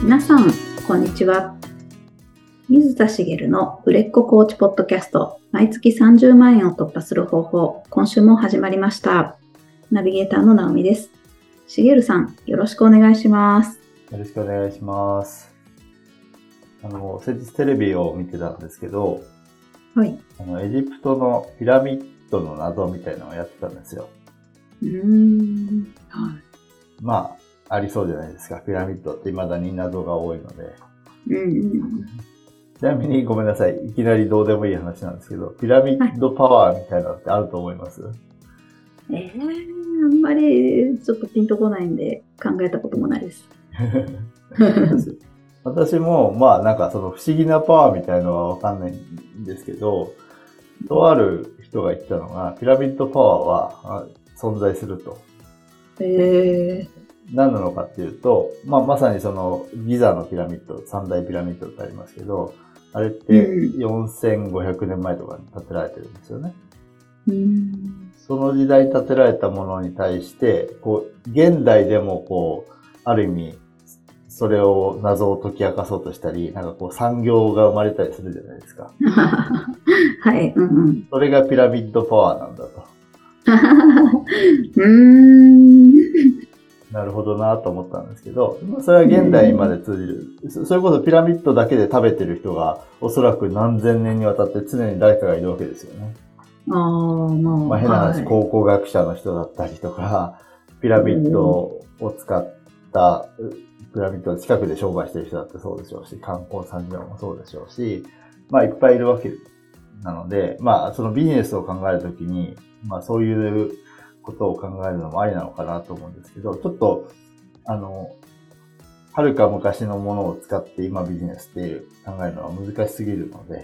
皆さん、こんにちは。水田茂の売れっ子コーチポッドキャスト、毎月30万円を突破する方法、今週も始まりました。ナビゲーターの直美です。茂さん、よろしくお願いします。 よろしくお願いします。先日テレビを見てたんですけど、 はい。 エジプトのピラミッドの謎みたいなのをやってたんですよ。 はい。 まあ、ありそうじゃないですか。ピラミッドって未だに謎が多いので。ちなみにごめんなさい。いきなりどうでもいい話なんですけど、ピラミッドパワーみたいなのってあると思います？ あんまりちょっとピンとこないんで考えたこともないです。 私も、まあなんかその不思議なパワーみたいのはわかんないんですけど、とある人が言ったのが、ピラミッドパワーは存在すると。何なのかっていうと、まあまさにそのギザのピラミッド、三大ピラミッドってありますけど、あれって4500年前とかに建てられてるんですよね。その時代に建てられたものに対して、こう、現代でもこう、ある意味、それを謎を解き明かそうとしたり、なんかこう産業が生まれたりするじゃないですか。 はい。 それがピラミッドパワーなんだと。なるほどなと思ったんですけど、それは現代まで通じる。それこそピラミッドだけで食べてる人がおそらく何千年にわたって常に誰かがいるわけですよね。まあ変な話、考古学者の人だったりとか、ピラミッドを使ったピラミッドの近くで商売してる人だってそうでしょうし、観光産業もそうでしょうし、まあいっぱいいるわけなので、まあそのビジネスを考えるときに、まあそういうことを考えるのもありなのかなと思うんですけど、ちょっと、はるか昔のものを使って今ビジネスっていう考えるのは難しすぎるので、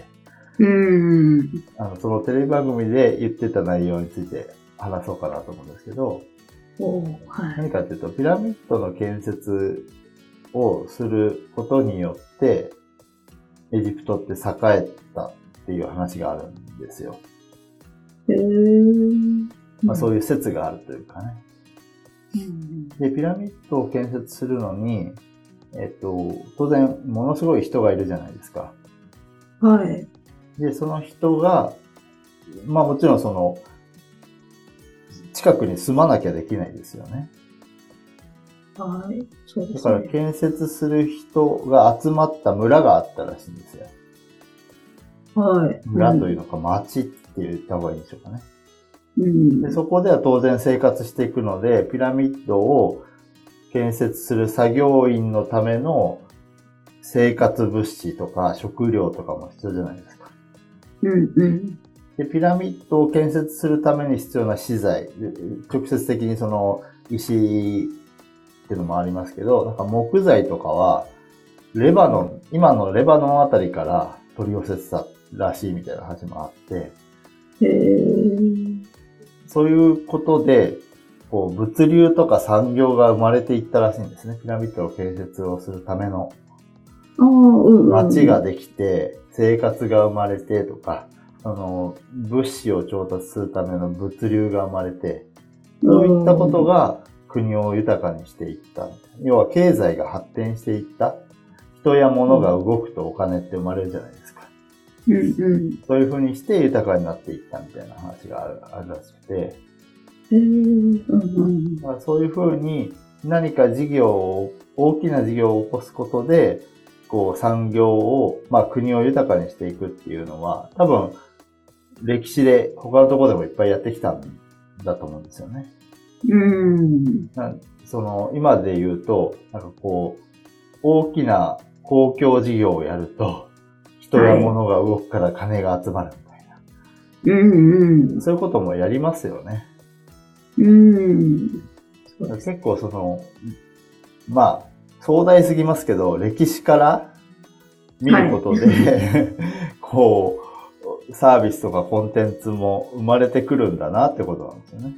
そのテレビ番組で言ってた内容について話そうかなと思うんですけど、何かというと、ピラミッドの建設をすることによって、エジプトって栄えたっていう話があるんですよ。まあそういう説があるというかね。で、ピラミッドを建設するのに、当然、ものすごい人がいるじゃないですか。 はい。 で、その人が、まあもちろんその、近くに住まなきゃできないですよね。 はい。そうですね。 だから建設する人が集まった村があったらしいんですよ。 はい。 村というのか町って言った方がいいんでしょうかね。でそこでは当然生活していくので、ピラミッドを建設する作業員のための生活物資とか食料とかも必要じゃないですか。で、ピラミッドを建設するために必要な資材、直接的にその石っていうのもありますけど、なんか木材とかは、今のレバノンあたりから取り寄せてたらしいみたいな話もあって、そういうことで、こう、物流とか産業が生まれていったらしいんですね。ピラミッドの建設をするための。街ができて、生活が生まれてとか、物資を調達するための物流が生まれて、そういったことが国を豊かにしていった。要は経済が発展していった。人や物が動くとお金って生まれるじゃないですか。そういう風にして豊かになっていったみたいな話があるらしくて、そういう風に何か大きな事業を起こすことで、こう産業を、まあ国を豊かにしていくっていうのは、多分歴史で他のところでもいっぱいやってきたんだと思うんですよね。今で言うと、なんかこう、大きな公共事業をやると、人や物が動くから金が集まるみたいな。そういうこともやりますよね。結構まあ、壮大すぎますけど、歴史から見ることで、こう、サービスとかコンテンツも生まれてくるんだなってことなんですよね。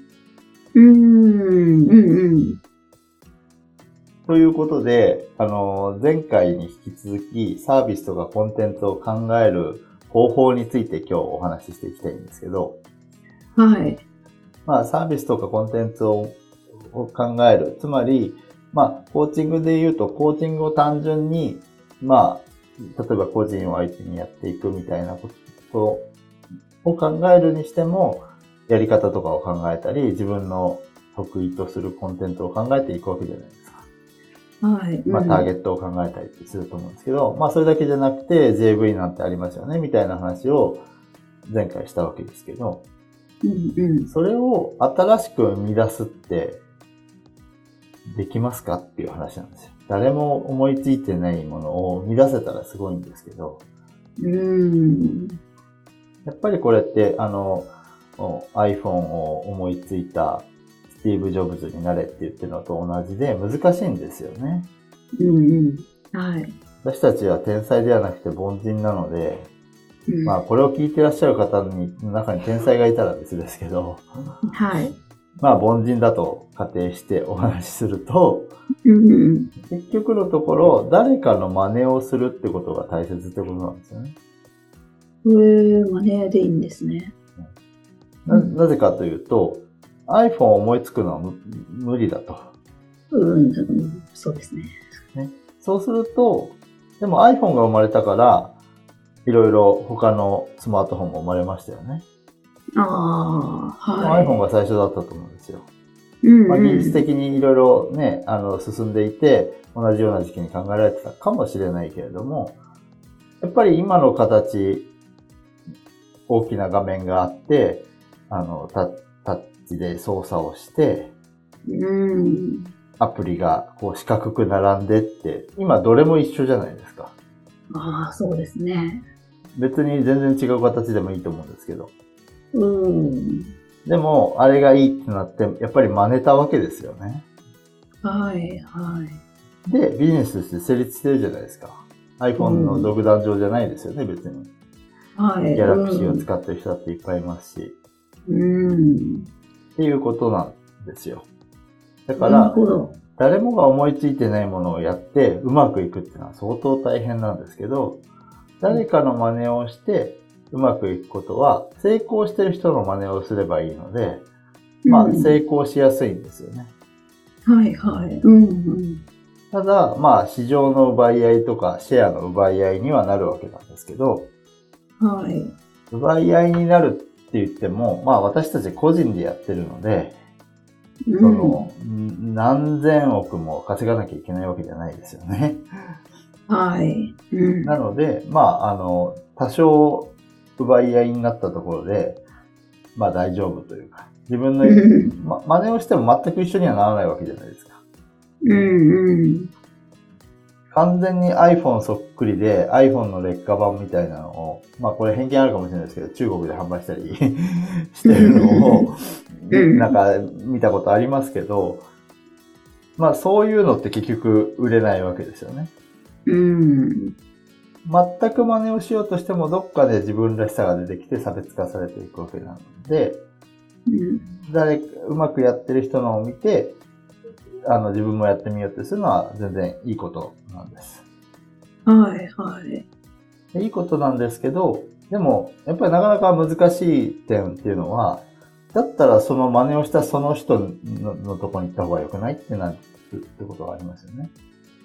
ということで、前回に引き続きサービスとかコンテンツを考える方法について今日お話ししていきたいんですけど、 はい。 まあサービスとかコンテンツを考える。つまり、 まあ、コーチングで言うと、コーチングを単純に、まあ、例えば個人を相手にやっていくみたいなことを考えるにしても、やり方とかを考えたり、自分の得意とするコンテンツを考えていくわけじゃないですか。 はい。 まあ、ターゲットを考えたりすると思うんですけど、まあ、それだけじゃなくて、JV なんてありますよね、みたいな話を前回したわけですけど、それを新しく生み出すって、できますかっていう話なんですよ。誰も思いついてないものを生み出せたらすごいんですけど、やっぱりこれって、iPhone を思いついたスティーブ・ジョブズになれって言ってるのと同じで難しいんですよね。 はい。 私たちは天才ではなくて凡人なので、まあこれを聞いてらっしゃる方の中に天才がいたら別ですけど、 はい。 まあ凡人だと仮定してお話しすると、結局のところ誰かの真似をするってことが大切ってことなんですよね。 真似でいいんですね。 なぜかというと、iPhone を思いつくのは無理だと。 そうですね。 そうすると、でも iPhone が生まれたから、いろいろ他のスマートフォンも生まれましたよね。 はい。 iPhone が最初だったと思うんですよ。まあ、技術的にいろいろね、進んでいて、同じような時期に考えられてたかもしれないけれども、やっぱり今の形、大きな画面があって、タッチで操作をして、アプリがこう四角く並んでって、今どれも一緒じゃないですか。 そうですね。 別に全然違う形でもいいと思うんですけど。でも、あれがいいってなって、やっぱり真似たわけですよね。 はい。 で、ビジネスとして成立してるじゃないですか。iPhone の独壇場じゃないですよね、別に。ギャラクシーを使ってる人だっていっぱいいますし。っていうことなんですよ。だから、誰もが思いついてないものをやってうまくいくっていうのは相当大変なんですけど、誰かの真似をしてうまくいくことは、成功してる人の真似をすればいいので、まあ成功しやすいんですよね。ただ、まあ市場の奪い合いとかシェアの奪い合いにはなるわけなんですけど、奪い合いになるって言っても、まあ私たち個人でやってるので、何千億も稼がなきゃいけないわけじゃないですよね。なので、まあ、多少奪い合いになったところで、まあ大丈夫というか、自分の、真似をしても全く一緒にはならないわけじゃないですか。完全に iPhone そっくりで iPhone の劣化版みたいなのを、まあこれ偏見あるかもしれないですけど、中国で販売したりしてるのを、なんか見たことありますけど、まあそういうのって結局売れないわけですよね。全く真似をしようとしてもどっかで自分らしさが出てきて差別化されていくわけなので、うまくやってる人のを見て、自分もやってみようってするのは全然いいことなんです。いいことなんですけど、でも、やっぱりなかなか難しい点っていうのは、だったらその真似をしたその人のとこに行った方が良くないってなるってことがありますよね。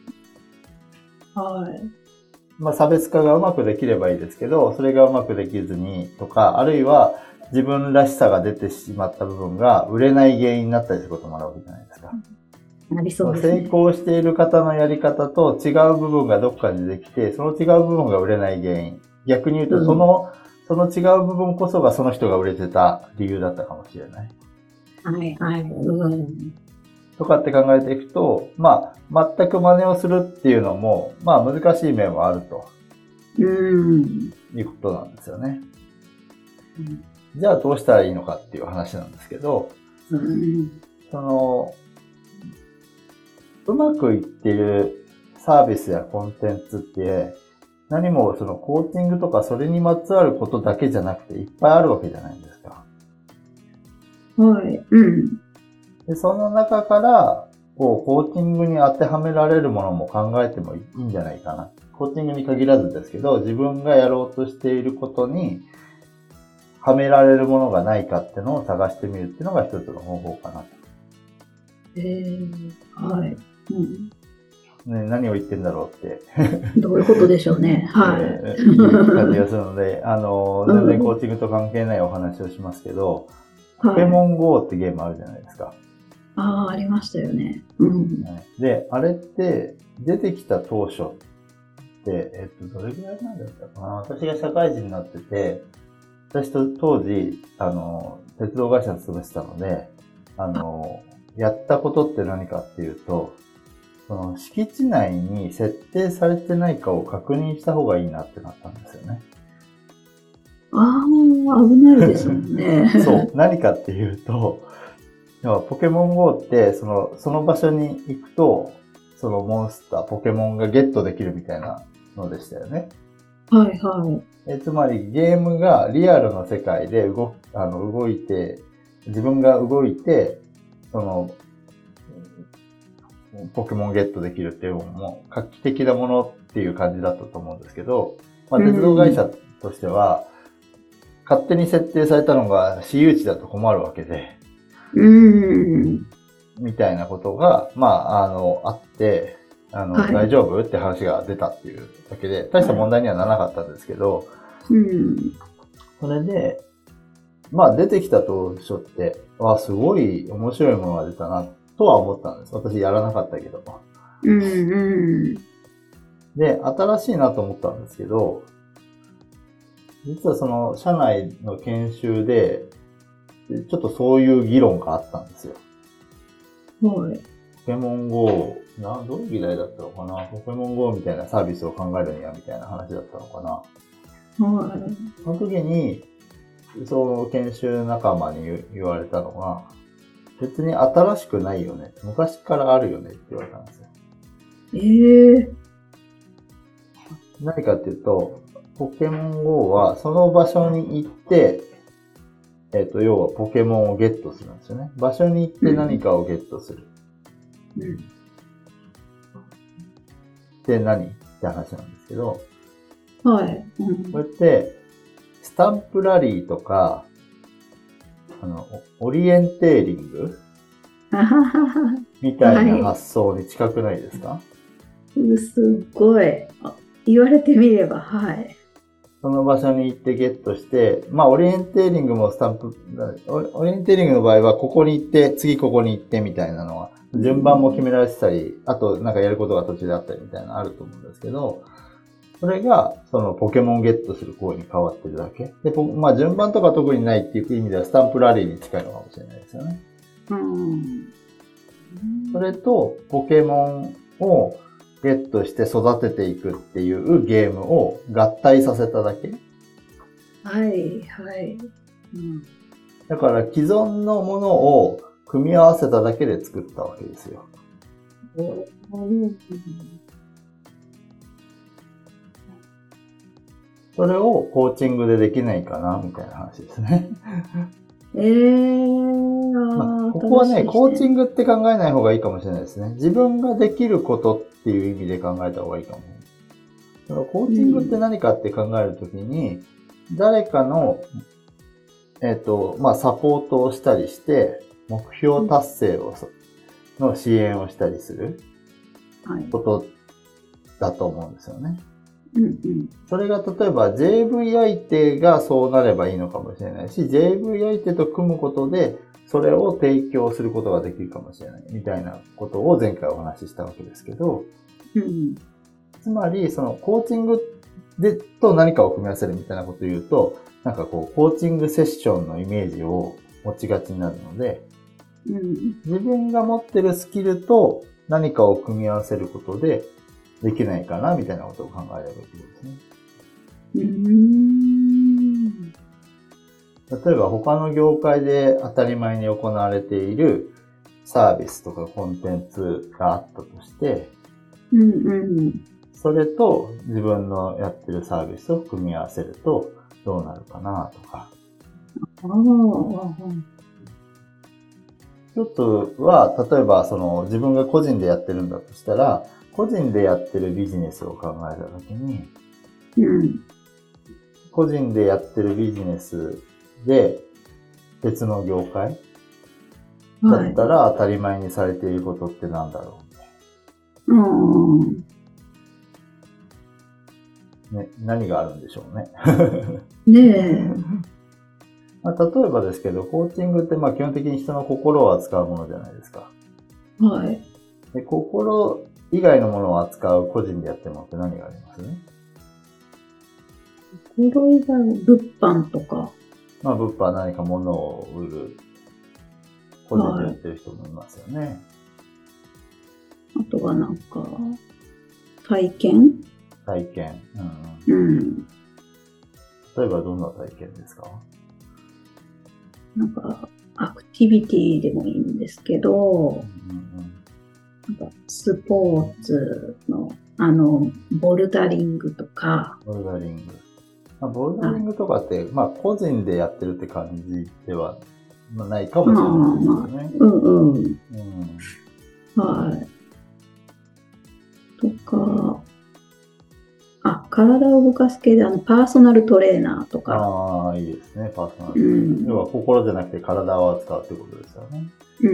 まあ差別化がうまくできればいいですけど、それがうまくできずにとか、あるいは自分らしさが出てしまった部分が売れない原因になったりすることもあるわけじゃないですか。成功している方のやり方と違う部分がどっかにできて、その違う部分が売れない原因。逆に言うと、その違う部分こそがその人が売れてた理由だったかもしれない。とかって考えていくと、まあ、全く真似をするっていうのも、まあ難しい面はあると。いうことなんですよね。じゃあどうしたらいいのかっていう話なんですけど、うまくいっているサービスやコンテンツって、何もそのコーチングとかそれにまつわることだけじゃなくていっぱいあるわけじゃないですか。で、その中から、コーチングに当てはめられるものも考えてもいいんじゃないかな。コーチングに限らずですけど、自分がやろうとしていることにはめられるものがないかっていうのを探してみるっていうのが一つの方法かなと。 ね、何を言ってんだろうって。 どういうことでしょうね。はい。 いう感じがするので、全然コーチングと関係ないお話をしますけど、ポケモン GO ってゲームあるじゃないですか。 ああ、ありましたよね。 で、あれって出てきた当初って、どれぐらいなんだったかな。私が社会人になってて、私と当時、鉄道会社に勤めてたので、やったことって何かっていうと、その敷地内に設定されてないかを確認した方がいいなってなったんですよね。 ああ、危ないですもんね。 そう。何かっていうと、ポケモン GO って、その場所に行くと、そのモンスター、ポケモンがゲットできるみたいなのでしたよね。 はいはい。 つまりゲームがリアルの世界で動いて、自分が動いて、その、ポケモンゲットできるっていうのも画期的なものっていう感じだったと思うんですけど、鉄道会社としては、勝手に設定されたのが私有地だと困るわけで、みたいなことが、あって、大丈夫って話が出たっていうだけで、大した問題にはならなかったんですけど、それで、出てきた当初って、すごい面白いものが出たな、とは思ったんです。私やらなかったけど。で、新しいなと思ったんですけど、実はその社内の研修で、ちょっとそういう議論があったんですよ。 はい。 ポケモン GO、どういう議題だったのかな、ポケモン GO みたいなサービスを考えるにはみたいな話だったのかな。 はい。 その時に、その研修仲間に言われたのが、別に新しくないよね。昔からあるよねって言われたんですよ。何かっていうと、ポケモン GO はその場所に行って、要はポケモンをゲットするんですよね。場所に行って何かをゲットする。で何って話なんですけど、 はい。 これって、スタンプラリーとか、オリエンテーリングみたいな発想に近くないですか？ すっごい。言われてみれば、はい。 その場所に行ってゲットして、オリエンテーリングもオリエンテーリングの場合はここに行って、次ここに行ってみたいなのは、順番も決められてたり、あとなんかやることが途中であったりみたいなのあると思うんですけど、それがそのポケモンゲットする行為に変わってるだけ。で、順番とか特にないっていう意味ではスタンプラリーに近いのかもしれないですよね。それとポケモンをゲットして育てていくっていうゲームを合体させただけ。 はい、はい。 だから既存のものを組み合わせただけで作ったわけですよ。それをコーチングでできないかなみたいな話ですね。ここはね、コーチングって考えない方がいいかもしれないですね。自分ができることっていう意味で考えた方がいいかも。だからコーチングって何かって考えるときに、誰かの、サポートをしたりして、目標達成の支援をしたりすることだと思うんですよね。それが例えば JV 相手がそうなればいいのかもしれないし、JV 相手と組むことでそれを提供することができるかもしれないみたいなことを前回お話ししたわけですけど、つまりそのコーチングと何かを組み合わせるみたいなことを言うと、なんかコーチングセッションのイメージを持ちがちになるので、自分が持ってるスキルと何かを組み合わせることでできないかなみたいなことを考えればいいですね。例えば他の業界で当たり前に行われているサービスとかコンテンツがあったとして、それと自分のやってるサービスを組み合わせるとどうなるかなとか。一つは、例えば自分が個人でやってるんだとしたら、個人でやってるビジネスを考えたときに、個人でやってるビジネスで別の業界だったら当たり前にされていることってなんだろね、何があるんでしょうね。 ねえ。 まあ、例えばですけど、コーチングってまあ基本的に人の心を扱うものじゃないですか。 はい。 で、心以外のものを扱う個人でやってるものって何があります？ 心以外は物販とか。 まあ物販、何か物を売る個人でやってる人もいますよね。はい、 あとはなんか、体験。 うん。例えばどんな体験ですか？ なんか、アクティビティでもいいんですけど、なんかスポーツの、ボルダリングとか。 ボルダリング。まあ、ボルダリングとかって、まあ、個人でやってるって感じではないかもしれないですよね。 はい。とか、体を動かす系でパーソナルトレーナーとか。 ああ、いいですね、パーソナルトレーナー。要は心じゃなくて体を扱うってことですよね。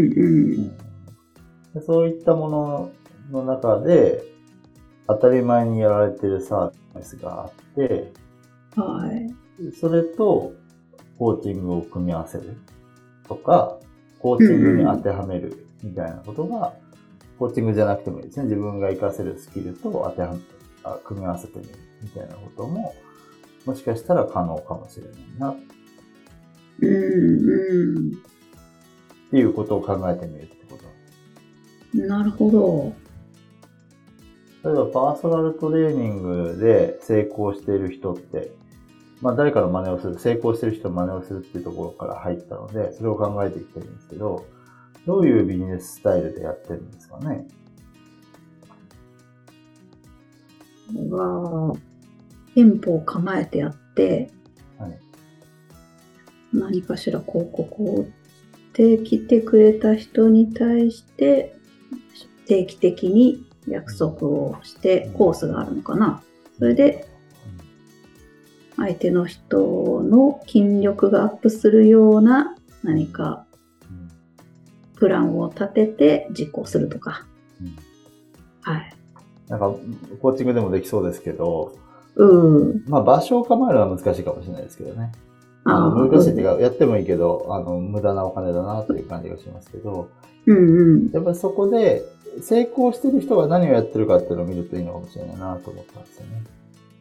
でそういったものの中で、当たり前にやられているサービスがあって、 はい。 それとコーチングを組み合わせるとか、コーチングに当てはめるみたいなことが、コーチングじゃなくてもいいですね。自分が活かせるスキルと組み合わせてみるみたいなことも、もしかしたら可能かもしれないな。っていうことを考えてみるってこと。 なるほど。 例えばパーソナルトレーニングで成功している人って、まあ誰かの真似をする、成功している人の真似をするっていうところから入ったので、それを考えてきてるんですけど、どういうビジネススタイルでやってるんですかね。 店舗を構えてやって、はい、何かしら広告をして来てくれた人に対して定期的に約束をしてコースがあるのかな。それで相手の人の筋力がアップするような何かプランを立てて実行するとか。はい。 なんかコーチングでもできそうですけど、まあ場所を構えるのは難しいかもしれないですけどね。難しいっていうか、やってもいいけど、無駄なお金だなという感じがしますけど、やっぱりそこで成功してる人が何をやってるかっていうのを見るといいのかもしれないなと思ったんですよね。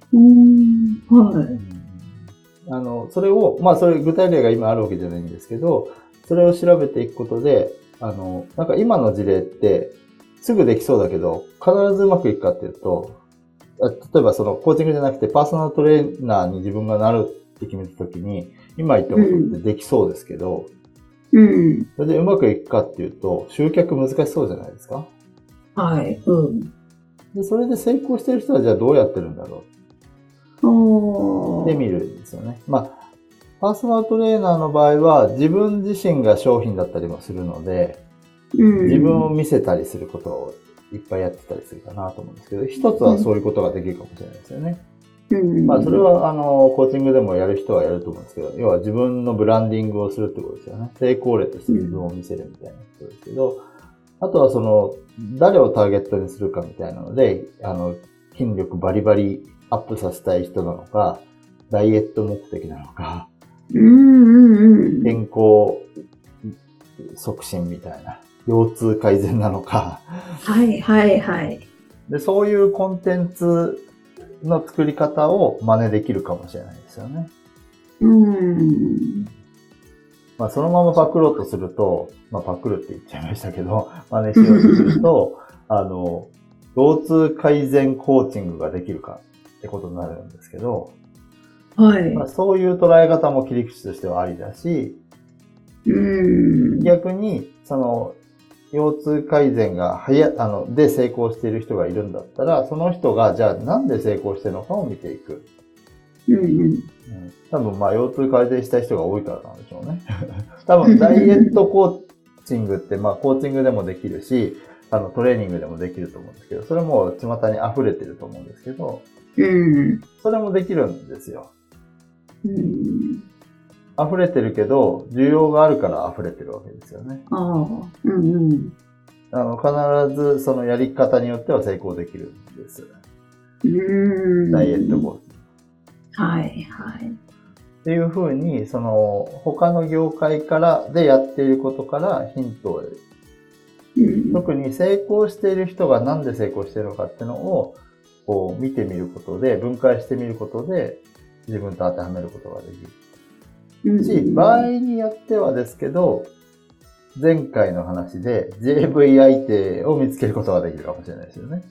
はい。それを、まあそれ具体例が今あるわけじゃないんですけど、それを調べていくことで、なんか今の事例ってすぐできそうだけど、必ずうまくいくかっていうと、例えばそのコーチングじゃなくてパーソナルトレーナーに自分がなるって決めたときに、今言ったことってできそうですけど、それでうまくいくかっていうと、集客難しそうじゃないですか。 はい。 でそれで成功してる人はじゃあどうやってるんだろうって見るんですよね。まあ、パーソナルトレーナーの場合は自分自身が商品だったりもするので、自分を見せたりすることをいっぱいやってたりするかなと思うんですけど、一つはそういうことができるかもしれないですよね。まあそれはコーチングでもやる人はやると思うんですけど、要は自分のブランディングをするってことですよね。成功例として自分を見せるみたいなことですけど、あとは誰をターゲットにするかみたいなので、筋力バリバリアップさせたい人なのか、ダイエット目的なのか、健康促進みたいな、腰痛改善なのか。 はいはいはい。 で、そういうコンテンツの作り方を真似できるかもしれないですよね。まあそのままパクろうとすると、まあパクるって言っちゃいましたけど、真似しようとすると、腰痛改善コーチングができるかってことになるんですけど、はい。まあ、そういう捉え方も切り口としてはありだし、逆に、腰痛改善がで成功している人がいるんだったら、その人が、じゃあなんで成功してるのかを見ていく。多分、まあ、腰痛改善したい人が多いからなんでしょうね。多分、ダイエットコーチングって、まあ、コーチングでもできるし、トレーニングでもできると思うんですけど、それも巷に溢れてると思うんですけど、それもできるんですよ。溢れてるけど、需要があるから溢れてるわけですよね。 必ずそのやり方によっては成功できるんです。ダイエットコーチ。 はいはい。 っていうふうに、他の業界でやっていることからヒントを得る。特に成功している人がなんで成功しているのかっていうのを、こう見てみることで、分解してみることで、自分と当てはめることができる。し、場合によってはですけど、前回の話で JV 相手を見つけることができるかもしれないですよね。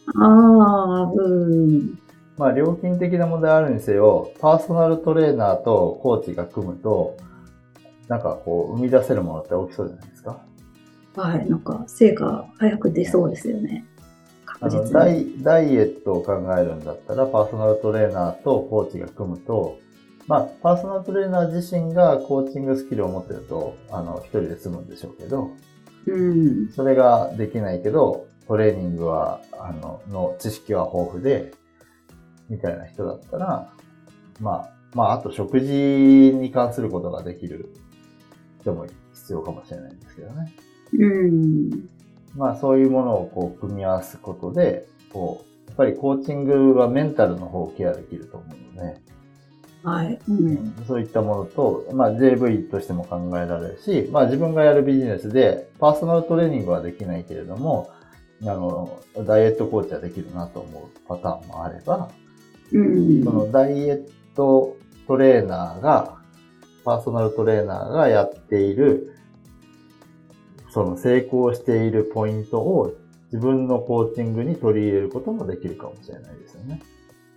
まあ、料金的な問題あるにせよ、パーソナルトレーナーとコーチが組むと、なんかこう、生み出せるものって大きそうじゃないですか。 はい、なんか成果早く出そうですよね。確実に。 ダイエットを考えるんだったら、パーソナルトレーナーとコーチが組むと、まあ、パーソナルトレーナー自身がコーチングスキルを持ってると、一人で済むんでしょうけど、それができないけど、トレーニングは、の知識は豊富で、みたいな人だったら、まあ、あと食事に関することができる人も必要かもしれないんですけどね。まあ、そういうものをこう、組み合わすことで、こう、やっぱりコーチングはメンタルの方をケアできると思うので、 はい。 そういったものと、まあ JV としても考えられるし、まあ自分がやるビジネスでパーソナルトレーニングはできないけれども、ダイエットコーチはできるなと思うパターンもあれば、そのダイエットトレーナーが、パーソナルトレーナーがやっている、その成功しているポイントを自分のコーチングに取り入れることもできるかもしれないですよね。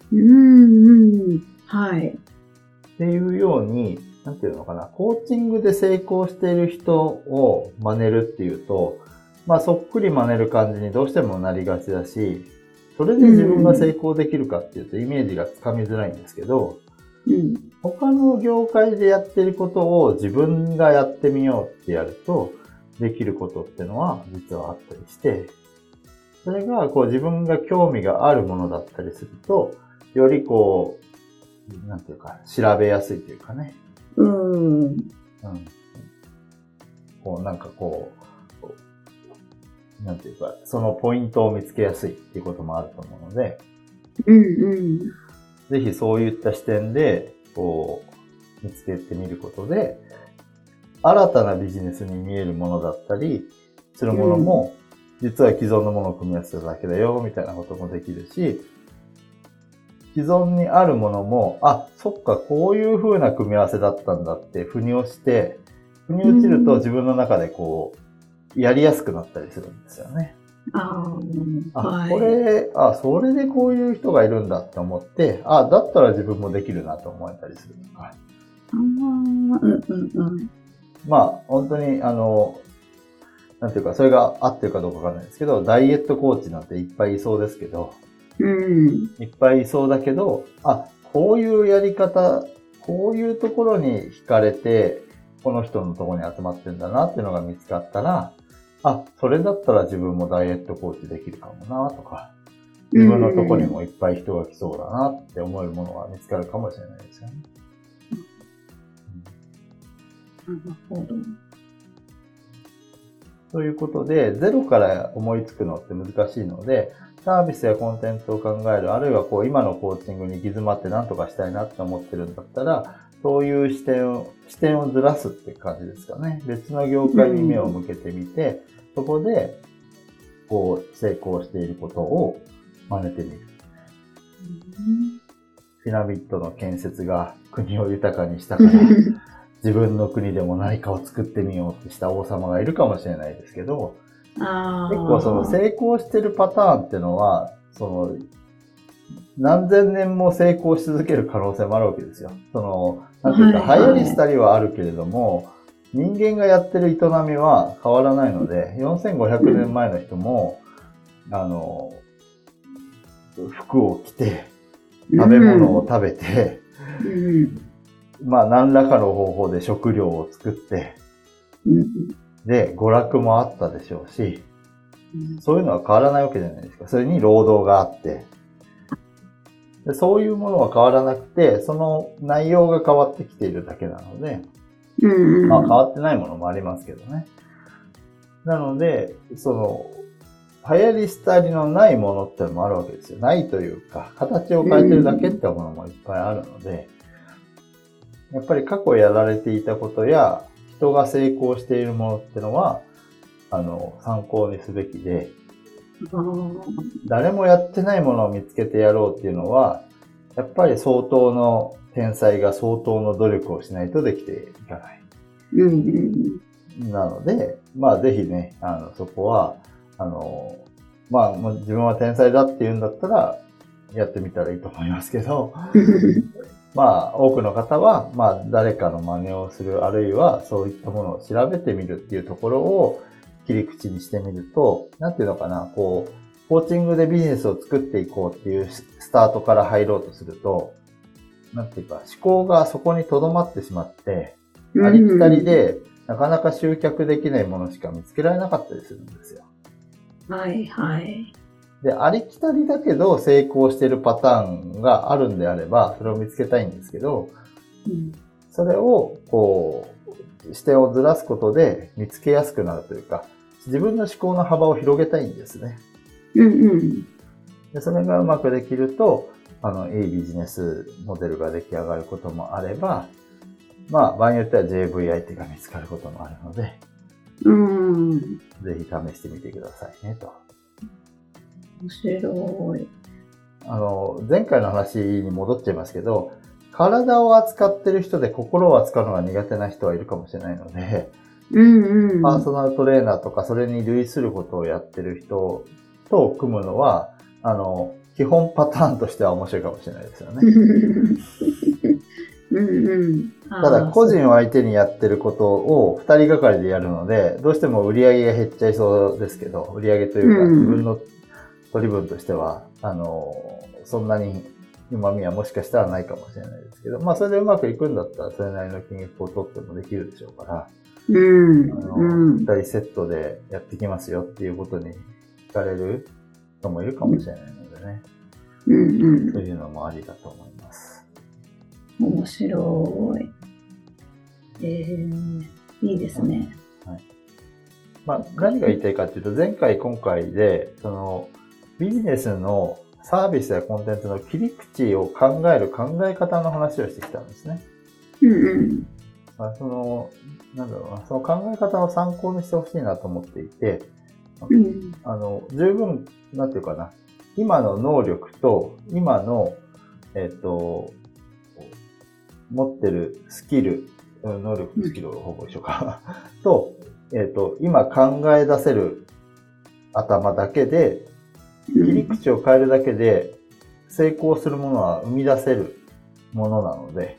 はい。 っていうように、なんていうのかな、コーチングで成功している人を真似るっていうと、まあそっくり真似る感じにどうしてもなりがちだし、それで自分が成功できるかっていうとイメージがつかみづらいんですけど、他の業界でやっていることを自分がやってみようってやると、できることってのは実はあったりして、それがこう自分が興味があるものだったりすると、よりこう、なんていうか、調べやすいというかね。こう、なんかこう、なんていうか、そのポイントを見つけやすいっていうこともあると思うので、ぜひそういった視点で、こう、見つけてみることで、新たなビジネスに見えるものだったりするものも、実は既存のものを組み合わせただけだよ、みたいなこともできるし、既存にあるものも、あ、そっか、こういう風な組み合わせだったんだって腑に落ちて、腑に落ちると自分の中でこう、やりやすくなったりするんですよね。これ、それでこういう人がいるんだって思って、だったら自分もできるなと思えたりするとか。まあ、本当に、なんていうか、それが合ってるかどうかわかんないですけど、ダイエットコーチなんていっぱいいそうですけど、いっぱいいそうだけど、こういうやり方、こういうところに惹かれて、この人のところに集まってんだなっていうのが見つかったら、それだったら自分もダイエットコーチできるかもなとか、自分のところにもいっぱい人が来そうだなって思えるものが見つかるかもしれないですよね。 なるほど。 ということで、ゼロから思いつくのって難しいので、サービスやコンテンツを考える、あるいはこう今のコーチングに行き詰まって何とかしたいなって思ってるんだったら、そういう視点をずらすって感じですかね。別の業界に目を向けてみて、そこでこう成功していることを真似てみる。ピラミッドの建設が国を豊かにしたから、自分の国でも何かを作ってみようってした王様がいるかもしれないですけど、結構その成功してるパターンってのは、何千年も成功し続ける可能性もあるわけですよ。なんていうか、流行り廃りはあるけれども、人間がやってる営みは変わらないので、4500年前の人も、服を着て、食べ物を食べて、まあ何らかの方法で食料を作って、で、娯楽もあったでしょうし、そういうのは変わらないわけじゃないですか。それに労働があって、でそういうものは変わらなくて、その内容が変わってきているだけなので、まあ変わってないものもありますけどね。 なので、流行り廃りのないものってのもあるわけですよ。ないというか、形を変えてるだけってものもいっぱいあるので、やっぱり過去やられていたことや、人が成功しているものってのは、参考にすべきで、誰もやってないものを見つけてやろうっていうのは、やっぱり相当の天才が相当の努力をしないとできていかない。なので、ぜひね、そこは、もう自分は天才だって言うんだったら、やってみたらいいと思いますけど、多くの方は、誰かの真似をする、あるいはそういったものを調べてみるっていうところを切り口にしてみると、なんていうのかな、コーチングでビジネスを作っていこうっていうスタートから入ろうとすると、なんていうか、思考がそこに留まってしまって、ありきたりで、なかなか集客できないものしか見つけられなかったりするんですよ。 はいはい。 で、ありきたりだけど成功してるパターンがあるんであれば、それを見つけたいんですけど、それを、視点をずらすことで見つけやすくなるというか、自分の思考の幅を広げたいんですね。で、それがうまくできると、いいビジネスモデルが出来上がることもあれば、場合によっては JV 相手が見つかることもあるので、ぜひ試してみてくださいねと。 面白い。 前回の話に戻っちゃいますけど、体を扱ってる人で心を扱うのが苦手な人はいるかもしれないので、パーソナルトレーナーとかそれに類することをやってる人と組むのは、基本パターンとしては面白いかもしれないですよね。ただ個人を相手にやってることを二人がかりでやるので、どうしても売り上げが減っちゃいそうですけど、売り上げというか自分の取り分としては、そんなに旨味はもしかしたらないかもしれないですけど、それでうまくいくんだったらそれなりの金額を取ってもできるでしょうから、二人セットでやってきますよっていうことに聞かれる人もいるかもしれないのでね、そういうのもありだと思います。 面白い。いいですね。 何が言いたいかというと、前回今回で、ビジネスのサービスやコンテンツの切り口を考える考え方の話をしてきたんですね。その考え方を参考にしてほしいなと思っていて、十分、なんていうかな、今の能力と、今の、持ってるスキル、能力とスキルをほぼ一緒かと、今考え出せる頭だけで、切り口を変えるだけで成功するものは生み出せるものなので、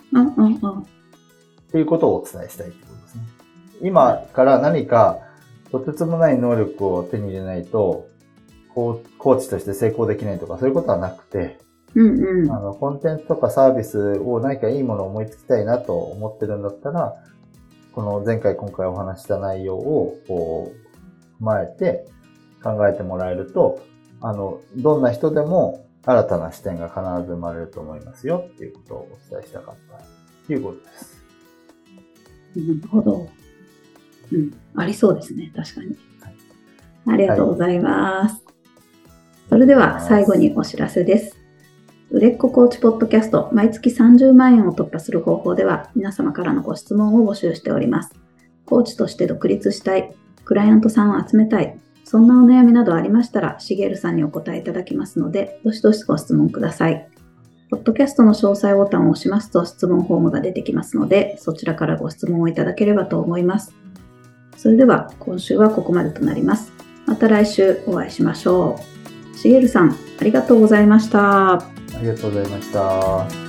っていうことをお伝えしたいということですね。今から何かとてつもない能力を手に入れないと、コーチとして成功できないとかそういうことはなくて、コンテンツとかサービスを何かいいものを思いつきたいなと思ってるんだったら、この前回今回お話した内容を踏まえて考えてもらえると、どんな人でも新たな視点が必ず生まれると思いますよっていうことをお伝えしたかったということです。 なるほど。ありそうですね。確かに。ありがとうございます。それでは最後にお知らせです。売れっ子コーチポッドキャスト毎月30万円を突破する方法では皆様からのご質問を募集しております。コーチとして独立したい、クライアントさんを集めたい、そんなお悩みなどありましたら、しげるさんにお答えいただきますので、どしどしご質問ください。ポッドキャストの詳細ボタンを押しますと質問フォームが出てきますので、そちらからご質問をいただければと思います。それでは今週はここまでとなります。また来週お会いしましょう。しげるさん、ありがとうございました。 ありがとうございました。